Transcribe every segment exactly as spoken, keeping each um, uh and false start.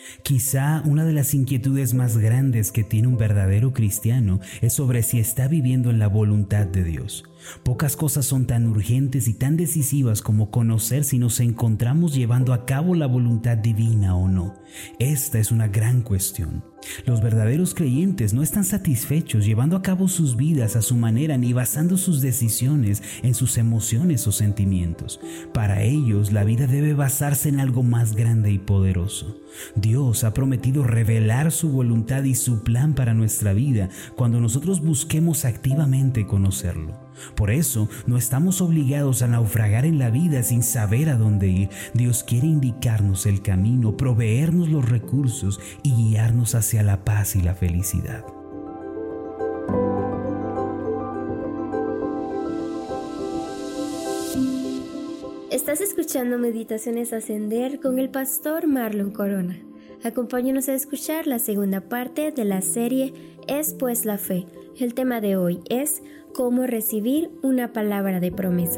Quizá una de las inquietudes más grandes que tiene un verdadero cristiano es sobre si está viviendo en la voluntad de Dios. Pocas cosas son tan urgentes y tan decisivas como conocer si nos encontramos llevando a cabo la voluntad divina o no. Esta es una gran cuestión. Los verdaderos creyentes no están satisfechos llevando a cabo sus vidas a su manera ni basando sus decisiones en sus emociones o sentimientos. Para ellos, la vida debe basarse en algo más grande y poderoso. Dios ha prometido revelar su voluntad y su plan para nuestra vida cuando nosotros busquemos activamente conocerlo. Por eso, no estamos obligados a naufragar en la vida sin saber a dónde ir. Dios quiere indicarnos el camino, proveernos los recursos y guiarnos hacia la paz y la felicidad. Estás escuchando Meditaciones Ascender con el pastor Marlon Corona. Acompáñanos a escuchar la segunda parte de la serie Es pues la fe. El tema de hoy es cómo recibir una palabra de promesa.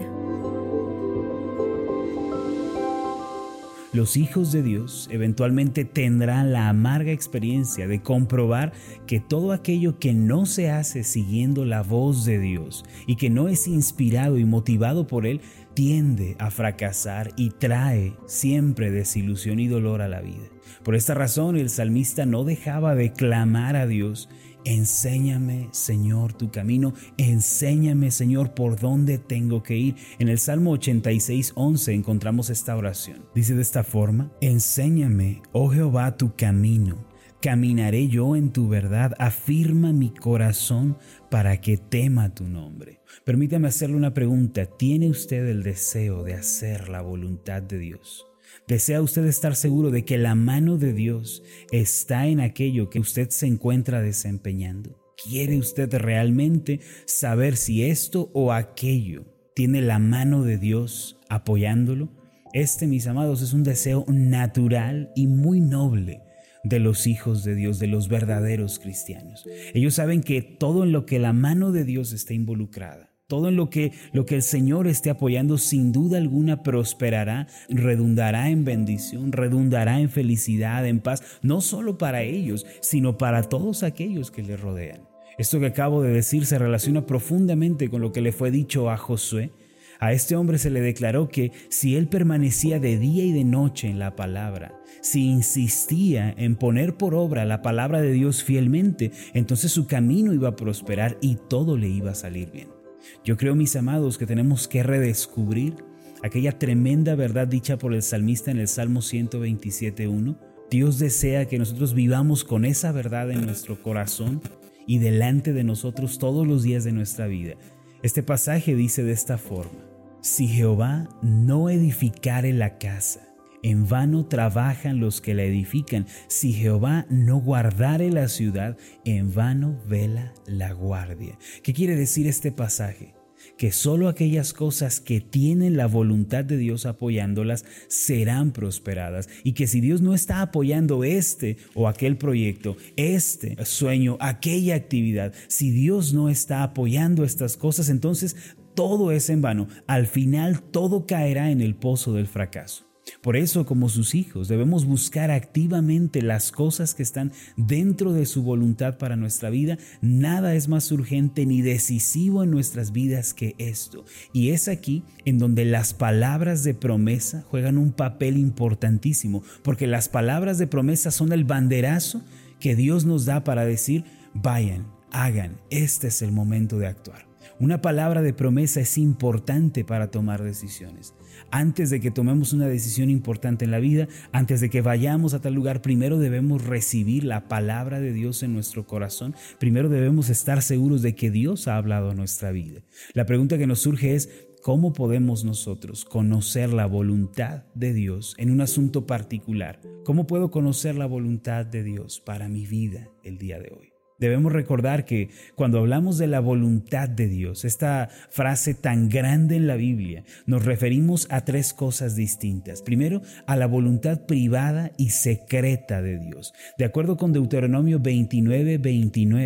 Los hijos de Dios eventualmente tendrán la amarga experiencia de comprobar que todo aquello que no se hace siguiendo la voz de Dios y que no es inspirado y motivado por Él, tiende a fracasar y trae siempre desilusión y dolor a la vida. Por esta razón, el salmista no dejaba de clamar a Dios: enséñame, Señor, tu camino, enséñame, Señor, por dónde tengo que ir. En el Salmo ochenta y seis, once encontramos esta oración. Dice de esta forma: enséñame, oh Jehová, tu camino, caminaré yo en tu verdad, afirma mi corazón para que tema tu nombre. Permítame hacerle una pregunta. ¿Tiene usted el deseo de hacer la voluntad de Dios? ¿Desea usted estar seguro de que la mano de Dios está en aquello que usted se encuentra desempeñando? ¿Quiere usted realmente saber si esto o aquello tiene la mano de Dios apoyándolo? Este, mis amados, es un deseo natural y muy noble de los hijos de Dios, de los verdaderos cristianos. Ellos saben que todo en lo que la mano de Dios está involucrada, todo en lo que, lo que el Señor esté apoyando, sin duda alguna prosperará, redundará en bendición, redundará en felicidad, en paz, no solo para ellos, sino para todos aquellos que les rodean. Esto que acabo de decir se relaciona profundamente con lo que le fue dicho a Josué. A este hombre se le declaró que si él permanecía de día y de noche en la palabra, si insistía en poner por obra la palabra de Dios fielmente, entonces su camino iba a prosperar y todo le iba a salir bien. Yo creo, mis amados, que tenemos que redescubrir aquella tremenda verdad dicha por el salmista en el Salmo ciento veintisiete, uno. Dios desea que nosotros vivamos con esa verdad en nuestro corazón y delante de nosotros todos los días de nuestra vida. Este pasaje dice de esta forma: si Jehová no edificare la casa, en vano trabajan los que la edifican. Si Jehová no guardare la ciudad, en vano vela la guardia. ¿Qué quiere decir este pasaje? Que solo aquellas cosas que tienen la voluntad de Dios apoyándolas serán prosperadas, y que si Dios no está apoyando este o aquel proyecto, este sueño, aquella actividad, si Dios no está apoyando estas cosas, entonces todo es en vano. Al final todo caerá en el pozo del fracaso. Por eso, como sus hijos, debemos buscar activamente las cosas que están dentro de su voluntad para nuestra vida. Nada es más urgente ni decisivo en nuestras vidas que esto. Y es aquí en donde las palabras de promesa juegan un papel importantísimo, porque las palabras de promesa son el banderazo que Dios nos da para decir: vayan, hagan, este es el momento de actuar. Una palabra de promesa es importante para tomar decisiones. Antes de que tomemos una decisión importante en la vida, antes de que vayamos a tal lugar, primero debemos recibir la palabra de Dios en nuestro corazón. Primero debemos estar seguros de que Dios ha hablado a nuestra vida. La pregunta que nos surge es: ¿cómo podemos nosotros conocer la voluntad de Dios en un asunto particular? ¿Cómo puedo conocer la voluntad de Dios para mi vida el día de hoy? Debemos recordar que cuando hablamos de la voluntad de Dios, esta frase tan grande en la Biblia, nos referimos a tres cosas distintas. Primero, a la voluntad privada y secreta de Dios. De acuerdo con Deuteronomio veintinueve, veintinueve,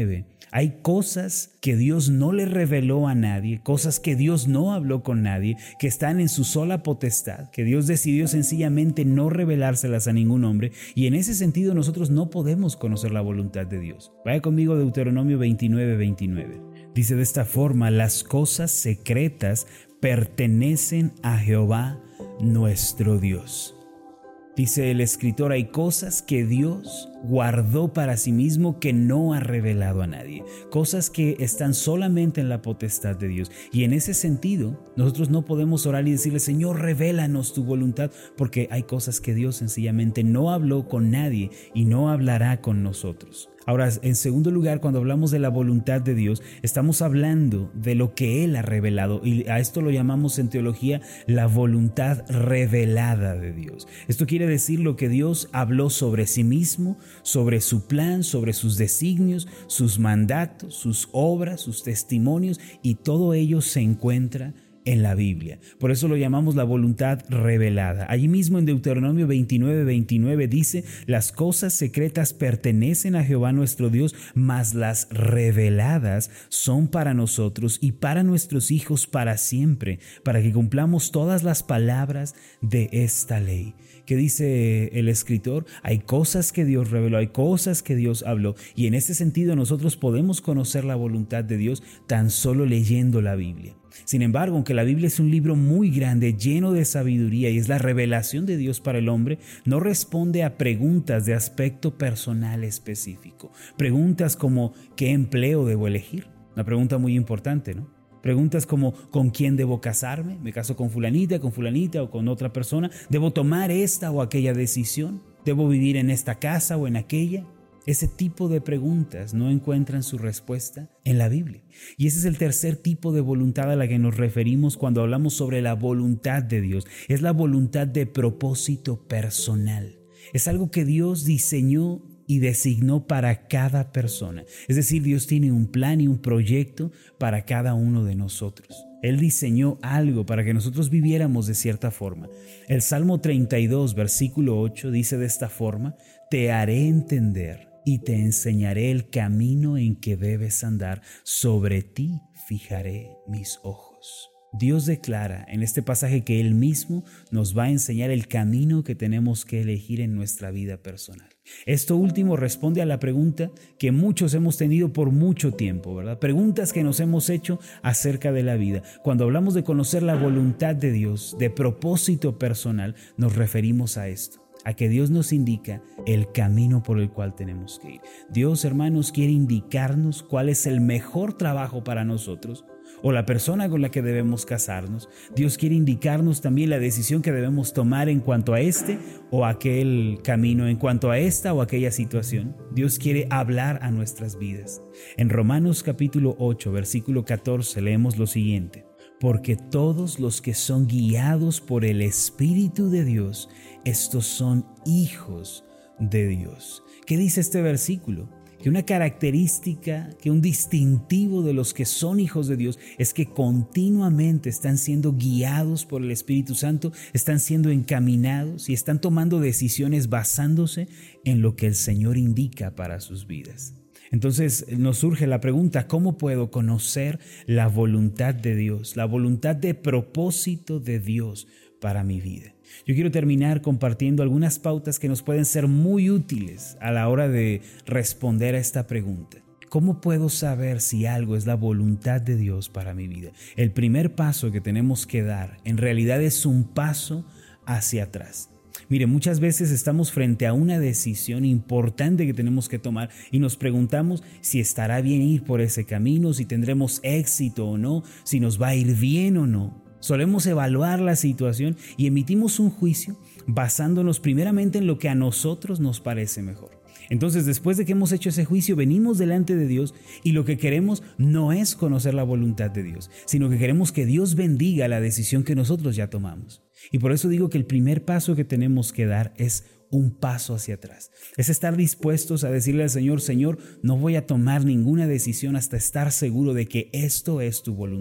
Hay cosas que Dios no le reveló a nadie, cosas que Dios no habló con nadie, que están en su sola potestad, que Dios decidió sencillamente no revelárselas a ningún hombre, y en ese sentido nosotros no podemos conocer la voluntad de Dios. Vaya conmigo a Deuteronomio veintinueve, veintinueve. Dice de esta forma: las cosas secretas pertenecen a Jehová nuestro Dios. Dice el escritor, hay cosas que Dios guardó para sí mismo que no ha revelado a nadie, cosas que están solamente en la potestad de Dios. Y en ese sentido, nosotros no podemos orar y decirle: Señor, revélanos tu voluntad, porque hay cosas que Dios sencillamente no habló con nadie y no hablará con nosotros. Ahora, en segundo lugar, cuando hablamos de la voluntad de Dios, estamos hablando de lo que Él ha revelado, y a esto lo llamamos en teología la voluntad revelada de Dios. Esto quiere decir lo que Dios habló sobre sí mismo, sobre su plan, sobre sus designios, sus mandatos, sus obras, sus testimonios, y todo ello se encuentra en la Biblia. Por eso lo llamamos la voluntad revelada. Allí mismo en Deuteronomio veintinueve, veintinueve dice: las cosas secretas pertenecen a Jehová nuestro Dios, mas las reveladas son para nosotros y para nuestros hijos para siempre, para que cumplamos todas las palabras de esta ley. ¿Qué dice el escritor? Hay cosas que Dios reveló, hay cosas que Dios habló, y en ese sentido nosotros podemos conocer la voluntad de Dios tan solo leyendo la Biblia. Sin embargo, aunque la Biblia es un libro muy grande, lleno de sabiduría y es la revelación de Dios para el hombre, no responde a preguntas de aspecto personal específico. Preguntas como: ¿qué empleo debo elegir? Una pregunta muy importante, ¿no? Preguntas como: ¿con quién debo casarme? ¿Me caso con fulanita, con fulanita o con otra persona? ¿Debo tomar esta o aquella decisión? ¿Debo vivir en esta casa o en aquella? Ese tipo de preguntas no encuentran su respuesta en la Biblia. Y ese es el tercer tipo de voluntad a la que nos referimos cuando hablamos sobre la voluntad de Dios. Es la voluntad de propósito personal. Es algo que Dios diseñó y designó para cada persona. Es decir, Dios tiene un plan y un proyecto para cada uno de nosotros. Él diseñó algo para que nosotros viviéramos de cierta forma. El Salmo treinta y dos, versículo ocho dice de esta forma: te haré entender y te enseñaré el camino en que debes andar. Sobre ti fijaré mis ojos. Dios declara en este pasaje que Él mismo nos va a enseñar el camino que tenemos que elegir en nuestra vida personal. Esto último responde a la pregunta que muchos hemos tenido por mucho tiempo, ¿verdad? Preguntas que nos hemos hecho acerca de la vida. Cuando hablamos de conocer la voluntad de Dios, de propósito personal, nos referimos a esto, a que Dios nos indica el camino por el cual tenemos que ir. Dios, hermanos, quiere indicarnos cuál es el mejor trabajo para nosotros, o la persona con la que debemos casarnos. Dios quiere indicarnos también la decisión que debemos tomar en cuanto a este o aquel camino, en cuanto a esta o aquella situación. Dios quiere hablar a nuestras vidas. En Romanos capítulo ocho, versículo catorce, leemos lo siguiente: porque todos los que son guiados por el Espíritu de Dios, estos son hijos de Dios. ¿Qué dice este versículo? Que una característica, que un distintivo de los que son hijos de Dios es que continuamente están siendo guiados por el Espíritu Santo, están siendo encaminados y están tomando decisiones basándose en lo que el Señor indica para sus vidas. Entonces nos surge la pregunta: ¿cómo puedo conocer la voluntad de Dios, la voluntad de propósito de Dios para mi vida? Yo quiero terminar compartiendo algunas pautas que nos pueden ser muy útiles a la hora de responder a esta pregunta. ¿Cómo puedo saber si algo es la voluntad de Dios para mi vida? El primer paso que tenemos que dar en realidad es un paso hacia atrás. Mire, muchas veces estamos frente a una decisión importante que tenemos que tomar y nos preguntamos si estará bien ir por ese camino, si tendremos éxito o no, si nos va a ir bien o no. Solemos evaluar la situación y emitimos un juicio basándonos primeramente en lo que a nosotros nos parece mejor. Entonces, después de que hemos hecho ese juicio, venimos delante de Dios y lo que queremos no es conocer la voluntad de Dios, sino que queremos que Dios bendiga la decisión que nosotros ya tomamos. Y por eso digo que el primer paso que tenemos que dar es un paso hacia atrás. Es estar dispuestos a decirle al Señor: Señor, no voy a tomar ninguna decisión hasta estar seguro de que esto es tu voluntad.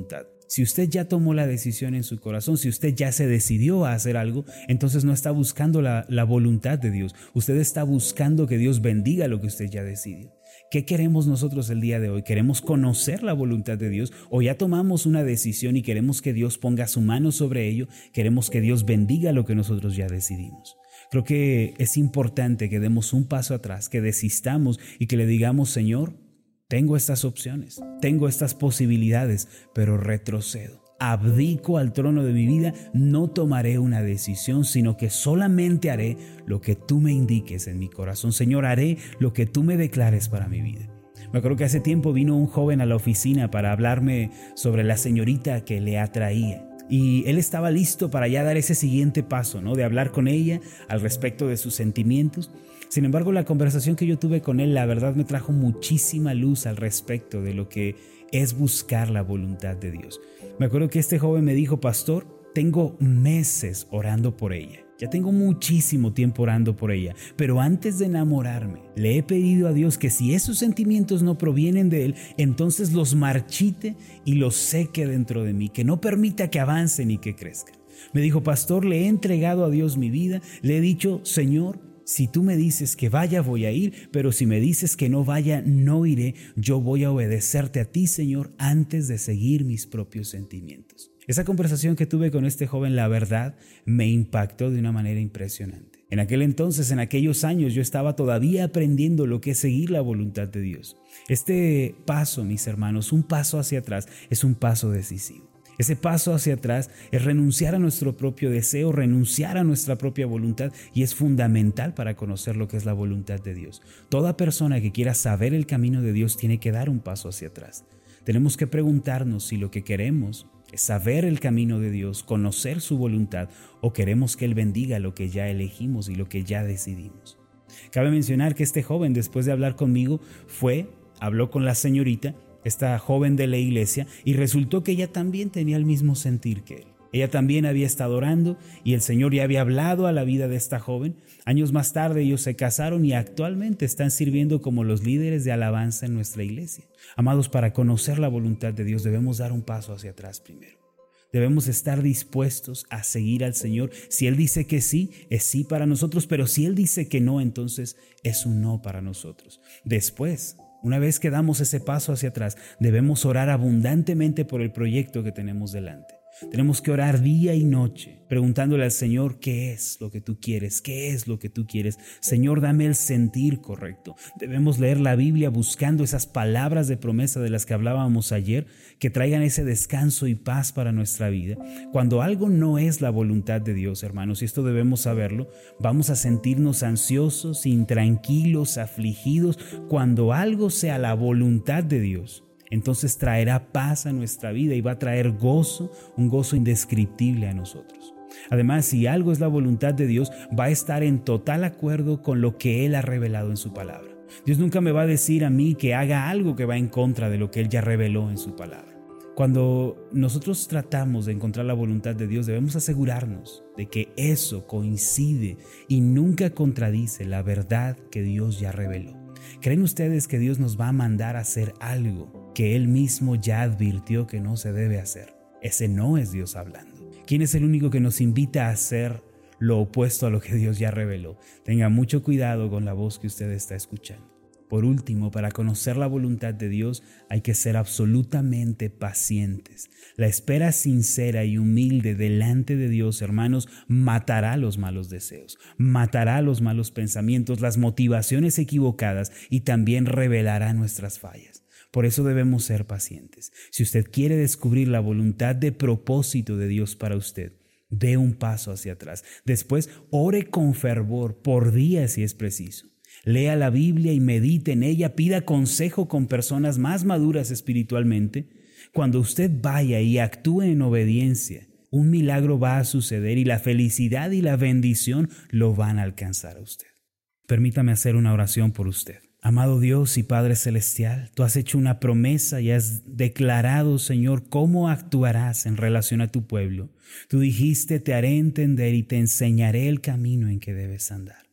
Si usted ya tomó la decisión en su corazón, si usted ya se decidió a hacer algo, entonces no está buscando la, la voluntad de Dios. Usted está buscando que Dios bendiga lo que usted ya decidió. ¿Qué queremos nosotros el día de hoy? ¿Queremos conocer la voluntad de Dios o ya tomamos una decisión y queremos que Dios ponga su mano sobre ello? ¿Queremos que Dios bendiga lo que nosotros ya decidimos? Creo que es importante que demos un paso atrás, que desistamos y que le digamos, Señor, tengo estas opciones, tengo estas posibilidades, pero retrocedo. Abdico al trono de mi vida, no tomaré una decisión, sino que solamente haré lo que tú me indiques en mi corazón. Señor, haré lo que tú me declares para mi vida. Me acuerdo que hace tiempo vino un joven a la oficina para hablarme sobre la señorita que le atraía. Y él estaba listo para ya dar ese siguiente paso, ¿no? De hablar con ella al respecto de sus sentimientos. Sin embargo, la conversación que yo tuve con él, la verdad me trajo muchísima luz al respecto de lo que es buscar la voluntad de Dios. Me acuerdo que este joven me dijo, pastor, tengo meses orando por ella. Ya tengo muchísimo tiempo orando por ella, pero antes de enamorarme, le he pedido a Dios que si esos sentimientos no provienen de Él, entonces los marchite y los seque dentro de mí, que no permita que avancen y que crezcan. Me dijo, pastor, le he entregado a Dios mi vida, le he dicho, Señor, si tú me dices que vaya, voy a ir, pero si me dices que no vaya, no iré. Yo voy a obedecerte a ti, Señor, antes de seguir mis propios sentimientos. Esa conversación que tuve con este joven, la verdad, me impactó de una manera impresionante. En aquel entonces, en aquellos años, yo estaba todavía aprendiendo lo que es seguir la voluntad de Dios. Este paso, mis hermanos, un paso hacia atrás, es un paso decisivo. Ese paso hacia atrás es renunciar a nuestro propio deseo, renunciar a nuestra propia voluntad y es fundamental para conocer lo que es la voluntad de Dios. Toda persona que quiera saber el camino de Dios tiene que dar un paso hacia atrás. Tenemos que preguntarnos si lo que queremos es saber el camino de Dios, conocer su voluntad o queremos que Él bendiga lo que ya elegimos y lo que ya decidimos. Cabe mencionar que este joven, después de hablar conmigo, fue, habló con la señorita, esta joven de la iglesia, y resultó que ella también tenía el mismo sentir que él. Ella también había estado orando y el Señor ya había hablado a la vida de esta joven. Años más tarde ellos se casaron y actualmente están sirviendo como los líderes de alabanza en nuestra iglesia. Amados, para conocer la voluntad de Dios debemos dar un paso hacia atrás primero. Debemos estar dispuestos a seguir al Señor. Si Él dice que sí, es sí para nosotros, pero si Él dice que no, entonces es un no para nosotros. Después, una vez que damos ese paso hacia atrás, debemos orar abundantemente por el proyecto que tenemos delante. Tenemos que orar día y noche, preguntándole al Señor qué es lo que tú quieres, qué es lo que tú quieres. Señor, dame el sentir correcto. Debemos leer la Biblia buscando esas palabras de promesa de las que hablábamos ayer, que traigan ese descanso y paz para nuestra vida. Cuando algo no es la voluntad de Dios, hermanos, y esto debemos saberlo, vamos a sentirnos ansiosos, intranquilos, afligidos. Cuando algo sea la voluntad de Dios, entonces traerá paz a nuestra vida y va a traer gozo, un gozo indescriptible a nosotros. Además, si algo es la voluntad de Dios, va a estar en total acuerdo con lo que Él ha revelado en su palabra. Dios nunca me va a decir a mí que haga algo que va en contra de lo que Él ya reveló en su palabra. Cuando nosotros tratamos de encontrar la voluntad de Dios, debemos asegurarnos de que eso coincide y nunca contradice la verdad que Dios ya reveló. ¿Creen ustedes que Dios nos va a mandar a hacer algo que Él mismo ya advirtió que no se debe hacer? Ese no es Dios hablando. ¿Quién es el único que nos invita a hacer lo opuesto a lo que Dios ya reveló? Tenga mucho cuidado con la voz que usted está escuchando. Por último, para conocer la voluntad de Dios hay que ser absolutamente pacientes. La espera sincera y humilde delante de Dios, hermanos, matará los malos deseos, matará los malos pensamientos, las motivaciones equivocadas y también revelará nuestras fallas. Por eso debemos ser pacientes. Si usted quiere descubrir la voluntad de propósito de Dios para usted, dé un paso hacia atrás. Después, ore con fervor por días si es preciso. Lea la Biblia y medite en ella, pida consejo con personas más maduras espiritualmente. Cuando usted vaya y actúe en obediencia, un milagro va a suceder y la felicidad y la bendición lo van a alcanzar a usted. Permítame hacer una oración por usted. Amado Dios y Padre Celestial, tú has hecho una promesa y has declarado, Señor, cómo actuarás en relación a tu pueblo. Tú dijiste, te haré entender y te enseñaré el camino en que debes andar.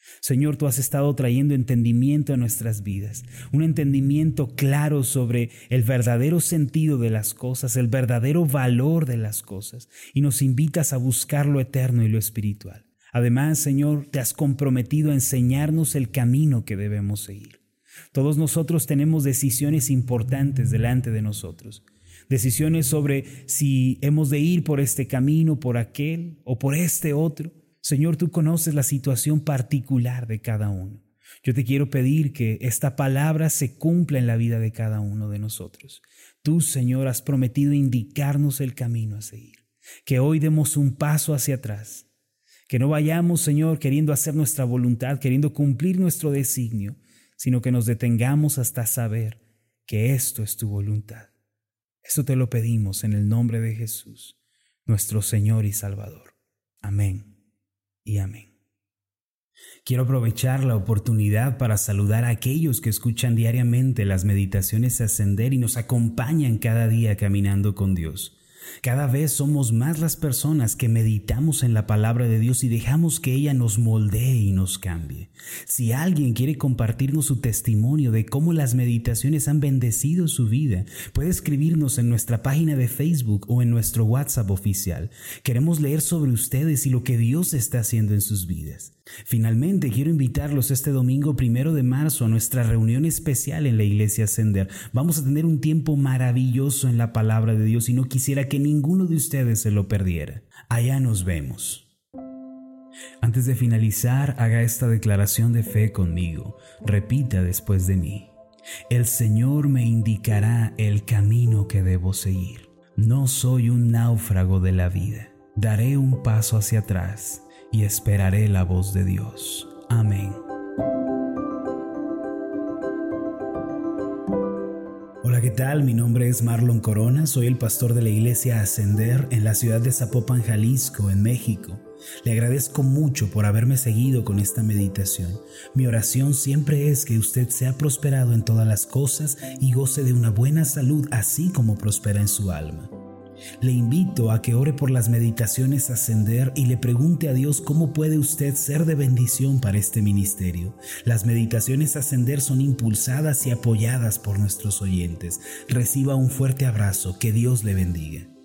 Señor, tú has estado trayendo entendimiento a nuestras vidas, un entendimiento claro sobre el verdadero sentido de las cosas, el verdadero valor de las cosas, y nos invitas a buscar lo eterno y lo espiritual. Además, Señor, te has comprometido a enseñarnos el camino que debemos seguir. Todos nosotros tenemos decisiones importantes delante de nosotros, decisiones sobre si hemos de ir por este camino, por aquel o por este otro. Señor, tú conoces la situación particular de cada uno. Yo te quiero pedir que esta palabra se cumpla en la vida de cada uno de nosotros. Tú, Señor, has prometido indicarnos el camino a seguir. Que hoy demos un paso hacia atrás. Que no vayamos, Señor, queriendo hacer nuestra voluntad, queriendo cumplir nuestro designio, sino que nos detengamos hasta saber que esto es tu voluntad. Esto te lo pedimos en el nombre de Jesús, nuestro Señor y Salvador. Amén y amén. Quiero aprovechar la oportunidad para saludar a aquellos que escuchan diariamente las meditaciones Ascender y nos acompañan cada día caminando con Dios. Cada vez somos más las personas que meditamos en la palabra de Dios y dejamos que ella nos moldee y nos cambie. Si alguien quiere compartirnos su testimonio de cómo las meditaciones han bendecido su vida, puede escribirnos en nuestra página de Facebook o en nuestro WhatsApp oficial. Queremos leer sobre ustedes y lo que Dios está haciendo en sus vidas. Finalmente, quiero invitarlos este domingo primero de marzo a nuestra reunión especial en la Iglesia Ascender. Vamos a tener un tiempo maravilloso en la palabra de Dios y no quisiera que ninguno de ustedes se lo perdiera. Allá nos vemos. Antes de finalizar, haga esta declaración de fe conmigo. Repita después de mí. El Señor me indicará el camino que debo seguir. No soy un náufrago de la vida. Daré un paso hacia atrás y esperaré la voz de Dios. Amén. Hola, ¿qué tal? Mi nombre es Marlon Corona, soy el pastor de la Iglesia Ascender en la ciudad de Zapopan, Jalisco, en México. Le agradezco mucho por haberme seguido con esta meditación. Mi oración siempre es que usted sea prosperado en todas las cosas y goce de una buena salud, así como prospera en su alma. Le invito a que ore por las meditaciones Ascender y le pregunte a Dios cómo puede usted ser de bendición para este ministerio. Las meditaciones Ascender son impulsadas y apoyadas por nuestros oyentes. Reciba un fuerte abrazo. Que Dios le bendiga.